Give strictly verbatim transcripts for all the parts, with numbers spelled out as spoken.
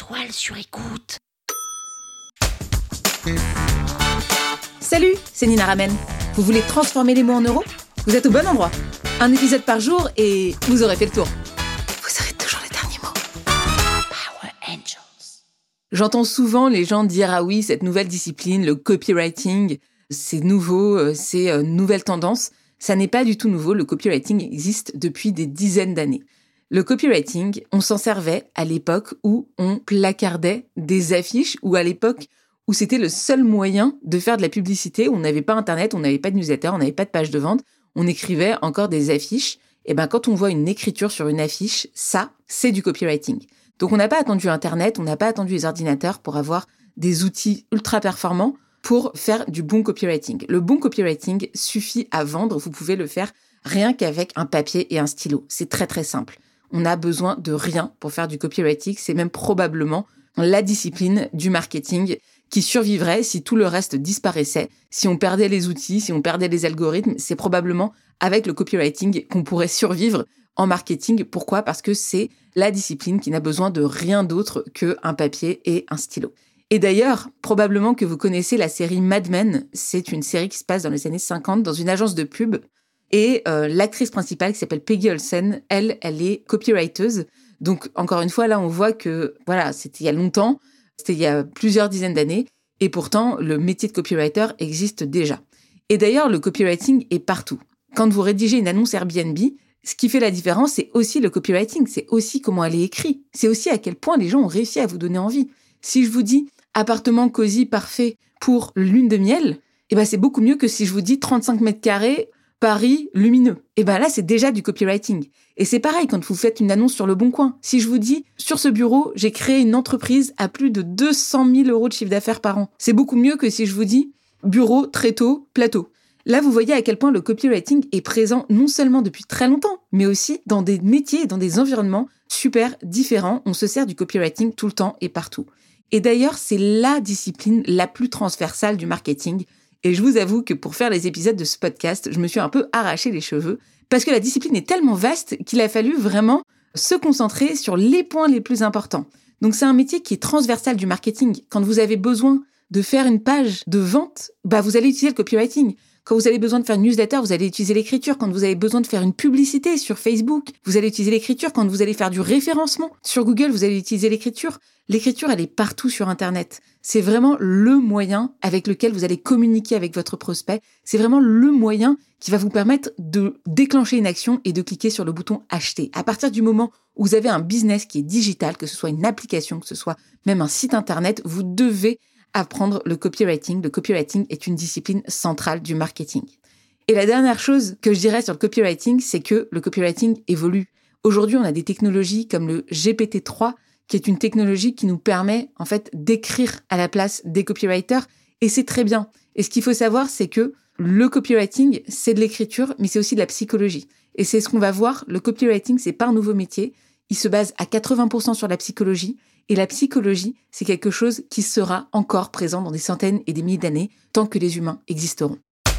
toile sur écoute. Salut, c'est Nina Ramen. Vous voulez transformer les mots en euros ? Vous êtes au bon endroit. Un épisode par jour et vous aurez fait le tour. Vous aurez toujours les derniers mots. Power Angels. J'entends souvent les gens dire « Ah oui, cette nouvelle discipline, le copywriting, c'est nouveau, c'est une nouvelle tendance ». Ça n'est pas du tout nouveau, le copywriting existe depuis des dizaines d'années. Le copywriting, on s'en servait à l'époque où on placardait des affiches ou à l'époque où c'était le seul moyen de faire de la publicité, où on n'avait pas Internet, on n'avait pas de newsletter, on n'avait pas de page de vente, on écrivait encore des affiches. Et ben quand on voit une écriture sur une affiche, ça, c'est du copywriting. Donc on n'a pas attendu Internet, on n'a pas attendu les ordinateurs pour avoir des outils ultra performants pour faire du bon copywriting. Le bon copywriting suffit à vendre, vous pouvez le faire rien qu'avec un papier et un stylo. C'est très très simple. On n'a besoin de rien pour faire du copywriting, c'est même probablement la discipline du marketing qui survivrait si tout le reste disparaissait, si on perdait les outils, si on perdait les algorithmes. C'est probablement avec le copywriting qu'on pourrait survivre en marketing. Pourquoi ? Parce que c'est la discipline qui n'a besoin de rien d'autre qu'un papier et un stylo. Et d'ailleurs, probablement que vous connaissez la série Mad Men. C'est une série qui se passe dans les années cinquante dans une agence de pub. Et euh, l'actrice principale qui s'appelle Peggy Olsen, elle, elle est copywriteuse. Donc, encore une fois, là, on voit que, voilà, c'était il y a longtemps, c'était il y a plusieurs dizaines d'années. Et pourtant, le métier de copywriter existe déjà. Et d'ailleurs, le copywriting est partout. Quand vous rédigez une annonce Airbnb, ce qui fait la différence, c'est aussi le copywriting. C'est aussi comment elle est écrite. C'est aussi à quel point les gens ont réussi à vous donner envie. Si je vous dis appartement cosy parfait pour lune de miel, eh ben c'est beaucoup mieux que si je vous dis trente-cinq mètres carrés, Paris lumineux. Eh ben là, c'est déjà du copywriting. Et c'est pareil quand vous faites une annonce sur Le Bon Coin. Si je vous dis, sur ce bureau, j'ai créé une entreprise à plus de deux cent mille euros de chiffre d'affaires par an. C'est beaucoup mieux que si je vous dis, bureau, tréteau, plateau. Là, vous voyez à quel point le copywriting est présent non seulement depuis très longtemps, mais aussi dans des métiers et dans des environnements super différents. On se sert du copywriting tout le temps et partout. Et d'ailleurs, c'est la discipline la plus transversale du marketing. Et je vous avoue que pour faire les épisodes de ce podcast, je me suis un peu arraché les cheveux parce que la discipline est tellement vaste qu'il a fallu vraiment se concentrer sur les points les plus importants. Donc c'est un métier qui est transversal du marketing. Quand vous avez besoin de faire une page de vente, bah vous allez utiliser le copywriting. Quand vous avez besoin de faire une newsletter, vous allez utiliser l'écriture. Quand vous avez besoin de faire une publicité sur Facebook, vous allez utiliser l'écriture. Quand vous allez faire du référencement sur Google, vous allez utiliser l'écriture. L'écriture, elle est partout sur Internet. C'est vraiment le moyen avec lequel vous allez communiquer avec votre prospect. C'est vraiment le moyen qui va vous permettre de déclencher une action et de cliquer sur le bouton « Acheter ». À partir du moment où vous avez un business qui est digital, que ce soit une application, que ce soit même un site Internet, vous devez apprendre le copywriting. Le copywriting est une discipline centrale du marketing. Et la dernière chose que je dirais sur le copywriting, c'est que le copywriting évolue. Aujourd'hui, on a des technologies comme le G P T trois, qui est une technologie qui nous permet, en fait, d'écrire à la place des copywriters. Et c'est très bien. Et ce qu'il faut savoir, c'est que le copywriting, c'est de l'écriture, mais c'est aussi de la psychologie. Et c'est ce qu'on va voir. Le copywriting, c'est pas un nouveau métier. Il se base à quatre-vingts pour cent sur la psychologie. Et la psychologie, c'est quelque chose qui sera encore présent dans des centaines et des milliers d'années, tant que les humains existeront.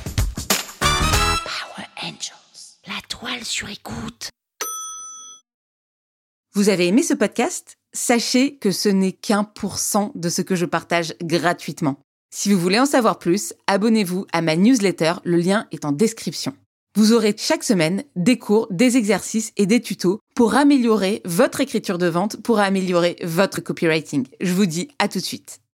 Power Angels. La toile sur écoute. Vous avez aimé ce podcast ? Sachez que ce n'est qu'un pour cent de ce que je partage gratuitement. Si vous voulez en savoir plus, abonnez-vous à ma newsletter, le lien est en description. Vous aurez chaque semaine des cours, des exercices et des tutos pour améliorer votre écriture de vente, pour améliorer votre copywriting. Je vous dis à tout de suite.